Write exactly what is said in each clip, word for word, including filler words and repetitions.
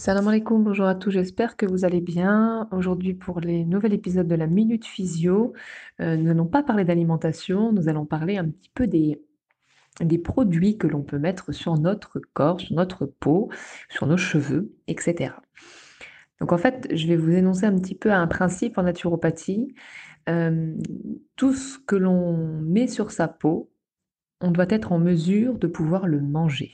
Salam alaikum, bonjour à tous, j'espère que vous allez bien. Aujourd'hui, pour les nouvel épisode de la Minute Physio, euh, nous n'allons pas parler d'alimentation, nous allons parler un petit peu des, des produits que l'on peut mettre sur notre corps, sur notre peau, sur nos cheveux, et cetera. Donc en fait, je vais vous énoncer un petit peu un principe en naturopathie. Euh, tout ce que l'on met sur sa peau, on doit être en mesure de pouvoir le manger.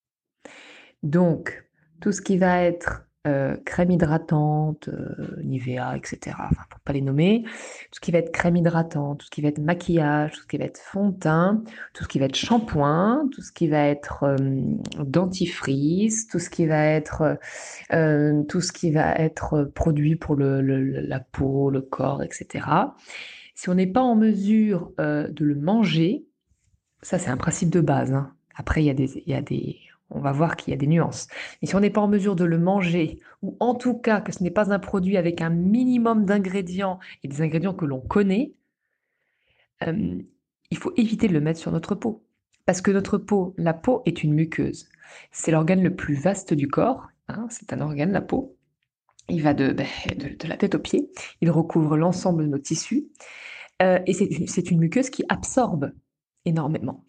Donc, tout ce qui va être euh, crème hydratante, euh, Nivea, et cetera, enfin, pour pas les nommer, tout ce qui va être crème hydratante, tout ce qui va être maquillage, tout ce qui va être fond de teint, tout ce qui va être shampoing, tout ce qui va être euh, dentifrice, tout ce qui va être euh, tout ce qui va être produit pour le, le- la peau, le corps, et cetera. Si on n'est pas en mesure euh, de le manger, ça, c'est un principe de base, hein. Après, il y a des, il y a des, on va voir qu'il y a des nuances. Mais si on n'est pas en mesure de le manger, ou en tout cas que ce n'est pas un produit avec un minimum d'ingrédients et des ingrédients que l'on connaît, euh, il faut éviter de le mettre sur notre peau. Parce que notre peau, la peau est une muqueuse. C'est l'organe le plus vaste du corps, hein, c'est un organe, la peau. Il va de, ben, de, de la tête aux pieds, il recouvre l'ensemble de nos tissus, euh, et c'est c'est une muqueuse qui absorbe énormément.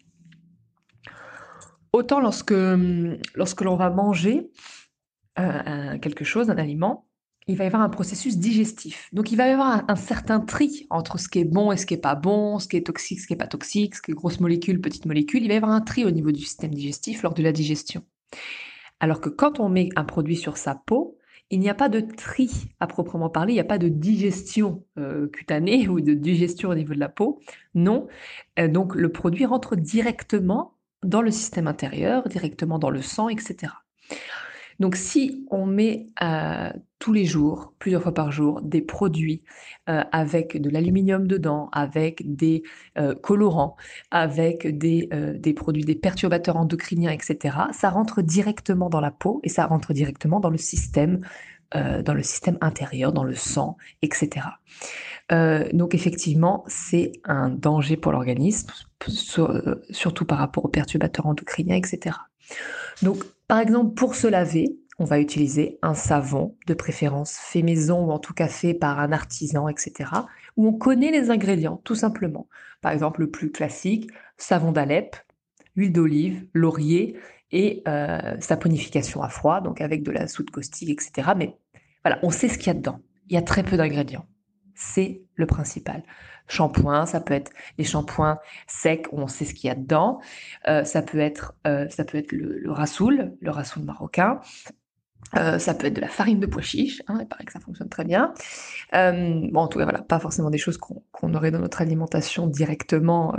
Autant lorsque, hum, lorsque l'on va manger euh, un- quelque chose, un aliment, il va y avoir un processus digestif. Donc il va y avoir un, un certain tri entre ce qui est bon et ce qui est pas bon, ce qui est toxique, ce qui est pas toxique, ce qui est grosse molécule, petite molécule. Il va y avoir un tri au niveau du système digestif lors de la digestion. Alors que quand on met un produit sur sa peau, il n'y a pas de tri à proprement parler, il n'y a pas de digestion euh, cutanée ou de digestion au niveau de la peau. Non. Euh, donc le produit rentre directement dans le système intérieur, directement dans le sang, et cetera. Donc si on met euh, tous les jours, plusieurs fois par jour, des produits euh, avec de l'aluminium dedans, avec des euh, colorants, avec des, euh, des produits, des perturbateurs endocriniens, et cetera, ça rentre directement dans la peau et ça rentre directement dans le système, euh, dans le système intérieur, dans le sang, et cetera. Euh, donc effectivement, c'est un danger pour l'organisme, sur- euh, surtout par rapport aux perturbateurs endocriniens, et cetera. Donc, par exemple, pour se laver, on va utiliser un savon, de préférence fait maison ou en tout cas fait par un artisan, et cetera, où on connaît les ingrédients, tout simplement. Par exemple, le plus classique, savon d'Alep, huile d'olive, laurier et euh, saponification à froid, donc avec de la soude caustique, et cetera. Mais voilà, on sait ce qu'il y a dedans. Il y a très peu d'ingrédients. C'est le principal. Shampoing, ça peut être les shampoings secs où on sait ce qu'il y a dedans. Euh, ça peut être, euh, ça peut être le, le rassoul, le rassoul marocain. Euh, ça peut être de la farine de pois chiche, hein, il paraît que ça fonctionne très bien. Euh, bon, en tout cas, voilà, pas forcément des choses qu'on qu'on aurait dans notre alimentation directement.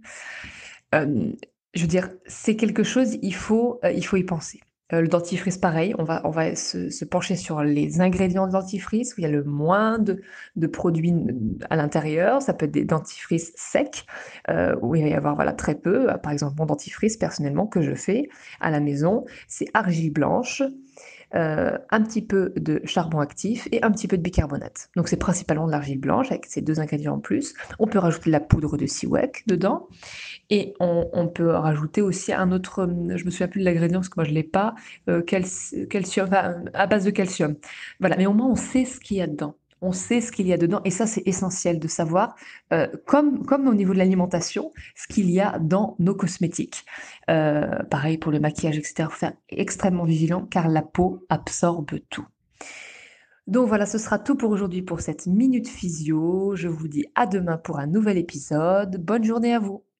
Euh, je veux dire, c'est quelque chose, il faut, euh, il faut y penser. Euh, le dentifrice, pareil, on va, on va se, se pencher sur les ingrédients de dentifrice, où il y a le moins de, de produits à l'intérieur. Ça peut être des dentifrices secs, euh, où il va y avoir voilà, très peu. Par exemple, mon dentifrice, personnellement, que je fais à la maison, c'est argile blanche, euh, un petit peu de charbon actif et un petit peu de bicarbonate. Donc c'est principalement de l'argile blanche avec ces deux ingrédients en plus. On peut rajouter de la poudre de siwak dedans. Et on, on peut rajouter aussi un autre, hum, je me souviens plus de l'ingrédient parce que moi je l'ai pas, euh, calci- calcium, enfin, à base de calcium. Voilà, mais au moins on sait ce qu'il y a dedans. On sait ce qu'il y a dedans et ça c'est essentiel de savoir, euh, comme, comme au niveau de l'alimentation, ce qu'il y a dans nos cosmétiques. Euh, pareil pour le maquillage, et cetera. Il faut faire extrêmement vigilant car la peau absorbe tout. Donc voilà, ce sera tout pour aujourd'hui pour cette minute physio. Je vous dis à demain pour un nouvel épisode. Bonne journée à vous.